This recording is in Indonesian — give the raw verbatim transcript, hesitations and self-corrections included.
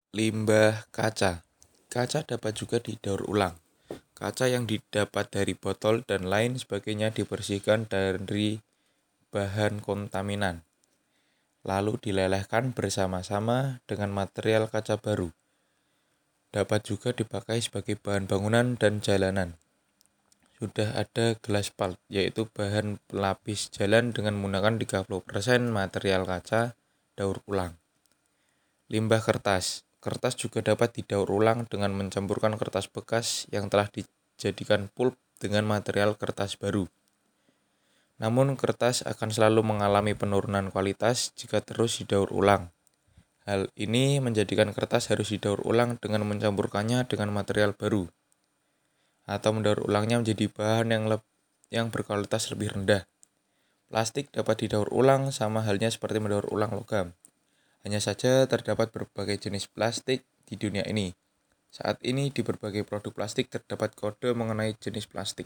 Limbah kaca. Kaca dapat juga didaur ulang. Kaca yang didapat dari botol dan lain sebagainya dibersihkan dari bahan kontaminan, lalu dilelehkan bersama-sama dengan material kaca baru. Dapat juga dipakai sebagai bahan bangunan dan jalanan. Sudah ada glaspalt, yaitu bahan pelapis jalan dengan menggunakan tiga puluh persen material kaca daur ulang. Limbah kertas. Kertas juga dapat didaur ulang dengan mencampurkan kertas bekas yang telah dijadikan pulp dengan material kertas baru. Namun kertas akan selalu mengalami penurunan kualitas jika terus didaur ulang. Hal ini menjadikan kertas harus didaur ulang dengan mencampurkannya dengan material baru, atau mendaur ulangnya menjadi bahan yang le- yang berkualitas lebih rendah. Plastik dapat didaur ulang sama halnya seperti mendaur ulang logam. Hanya saja terdapat berbagai jenis plastik di dunia ini. Saat ini di berbagai produk plastik terdapat kode mengenai jenis plastik.